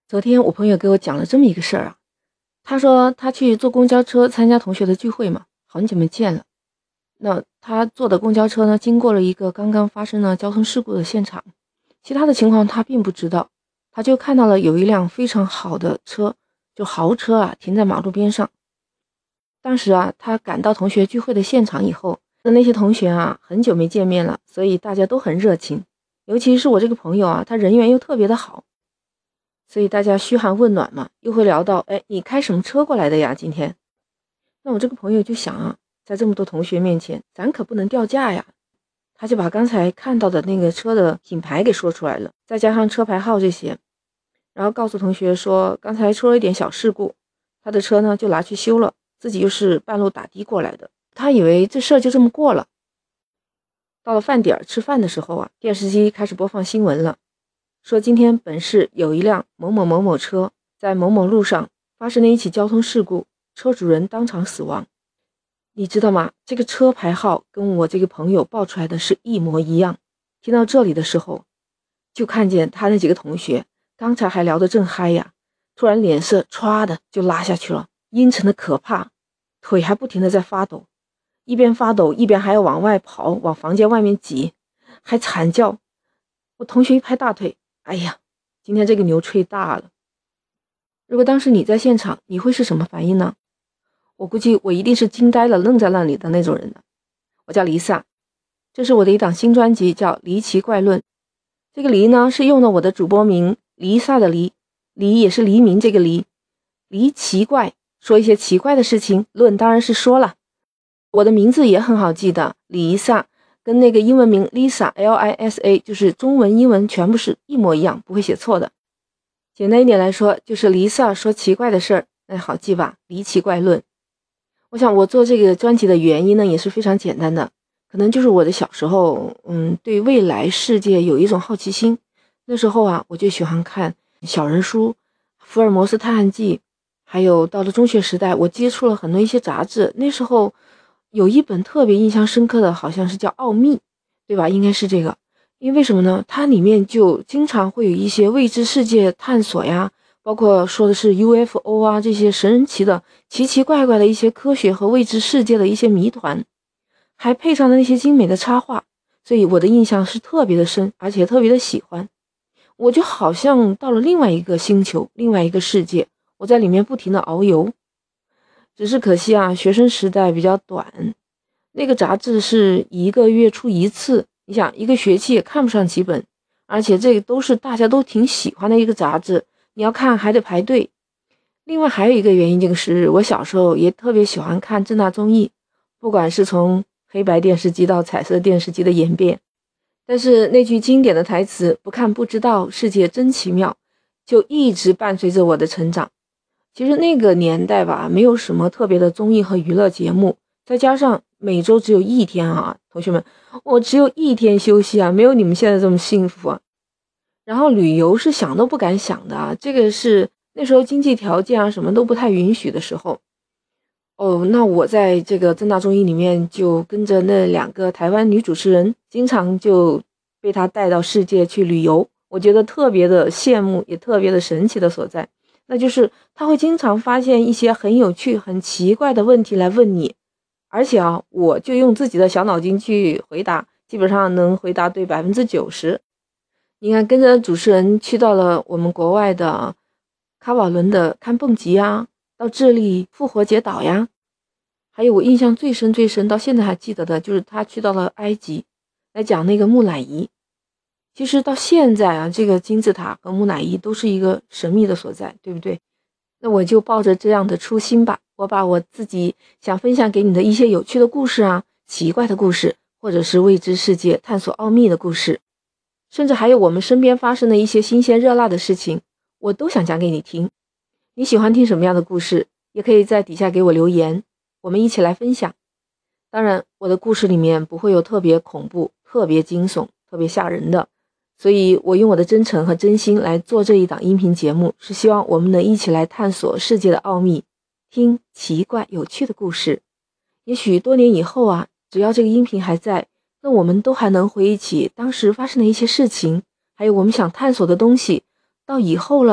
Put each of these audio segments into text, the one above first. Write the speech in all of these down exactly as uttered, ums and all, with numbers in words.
昨天我朋友给我讲了这么一个事儿啊，他说他去坐公交车参加同学的聚会嘛，很久没见了。那他坐的公交车呢，经过了一个刚刚发生了交通事故的现场，其他的情况他并不知道，他就看到了有一辆非常好的车，就豪车啊，停在马路边上。当时啊，他赶到同学聚会的现场以后，跟那些同学啊很久没见面了，所以大家都很热情，尤其是我这个朋友啊，他人缘又特别的好。所以大家嘘寒问暖嘛，又会聊到，哎，你开什么车过来的呀？今天，那我这个朋友就想啊，在这么多同学面前，咱可不能掉价呀。他就把刚才看到的那个车的品牌给说出来了，再加上车牌号这些，然后告诉同学说，刚才出了一点小事故，他的车呢就拿去修了，自己又是半路打的过来的。他以为这事儿就这么过了。到了饭点吃饭的时候啊，电视机开始播放新闻了。说今天本市有一辆某某某某车在某某路上发生了一起交通事故，车主人当场死亡。你知道吗？这个车牌号跟我这个朋友报出来的是一模一样。听到这里的时候，就看见他那几个同学刚才还聊得正嗨呀，突然脸色歘的就拉下去了，阴沉的可怕，腿还不停的在发抖，一边发抖一边还要往外跑，往房间外面挤，还惨叫。我同学一拍大腿，哎呀，今天这个牛吹大了。如果当时你在现场，你会是什么反应呢？我估计我一定是惊呆了，愣在那里的那种人的。我叫黎萨，这是我的一档新专辑，叫《离奇怪论》。这个黎呢，是用了我的主播名黎萨的黎，黎也是黎明这个黎，离奇怪，说一些奇怪的事情，论当然是说了。我的名字也很好记的，黎萨。跟那个英文名 Lisa L I S A 就是中文英文全部是一模一样，不会写错的。简单一点来说，就是 Lisa 说奇怪的事儿，哎，好记吧？离奇怪论。我想我做这个专辑的原因呢，也是非常简单的，可能就是我的小时候，嗯，对未来世界有一种好奇心。那时候啊，我就喜欢看小人书、福尔摩斯探案记，还有到了中学时代，我接触了很多一些杂志。那时候有一本特别印象深刻的，好像是叫《奥秘》，对吧？应该是这个。因为为什么呢？它里面就经常会有一些未知世界探索呀，包括说的是 U F O 啊，这些神奇的、奇奇怪怪的一些科学和未知世界的一些谜团，还配上了那些精美的插画，所以我的印象是特别的深，而且特别的喜欢。我就好像到了另外一个星球，另外一个世界，我在里面不停的遨游。只是可惜啊，学生时代比较短，那个杂志是一个月出一次，你想一个学期也看不上几本，而且这个都是大家都挺喜欢的一个杂志，你要看还得排队。另外还有一个原因，就是我小时候也特别喜欢看正大综艺，不管是从黑白电视机到彩色电视机的演变，但是那句经典的台词不看不知道世界真奇妙，就一直伴随着我的成长。其实那个年代吧，没有什么特别的综艺和娱乐节目，再加上每周只有一天啊，同学们，我只有一天休息啊，没有你们现在这么幸福啊。然后旅游是想都不敢想的啊，这个是那时候经济条件啊什么都不太允许的时候。哦，那我在这个正大综艺里面就跟着那两个台湾女主持人，经常就被她带到世界去旅游，我觉得特别的羡慕，也特别的神奇的所在。那就是他会经常发现一些很有趣、很奇怪的问题来问你，而且啊，我就用自己的小脑筋去回答，基本上能回答对百分之九十。你看，跟着主持人去到了我们国外的卡瓦伦的看蹦极呀，到智利复活节岛呀，还有我印象最深最深，到现在还记得的，就是他去到了埃及，来讲那个木乃伊。其实到现在啊，这个金字塔和木乃伊都是一个神秘的所在，对不对？那我就抱着这样的初心吧，我把我自己想分享给你的一些有趣的故事啊，奇怪的故事，或者是未知世界探索奥秘的故事，甚至还有我们身边发生的一些新鲜热辣的事情，我都想讲给你听。你喜欢听什么样的故事，也可以在底下给我留言，我们一起来分享。当然，我的故事里面不会有特别恐怖、特别惊悚、特别吓人的，所以我用我的真诚和真心来做这一档音频节目，是希望我们能一起来探索世界的奥秘，听奇怪有趣的故事。也许多年以后啊，只要这个音频还在，那我们都还能回忆起当时发生的一些事情，还有我们想探索的东西。到以后了，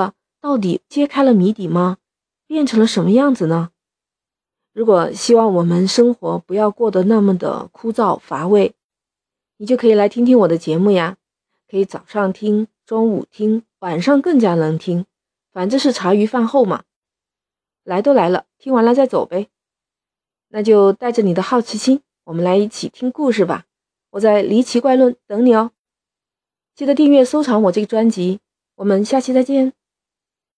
到底揭开了谜底吗？变成了什么样子呢？如果希望我们生活不要过得那么的枯燥乏味，你就可以来听听我的节目呀，可以早上听，中午听，晚上更加能听，反正是茶余饭后嘛。来都来了，听完了再走呗。那就带着你的好奇心，我们来一起听故事吧。我在离奇怪论等你哦。记得订阅收藏我这个专辑，我们下期再见。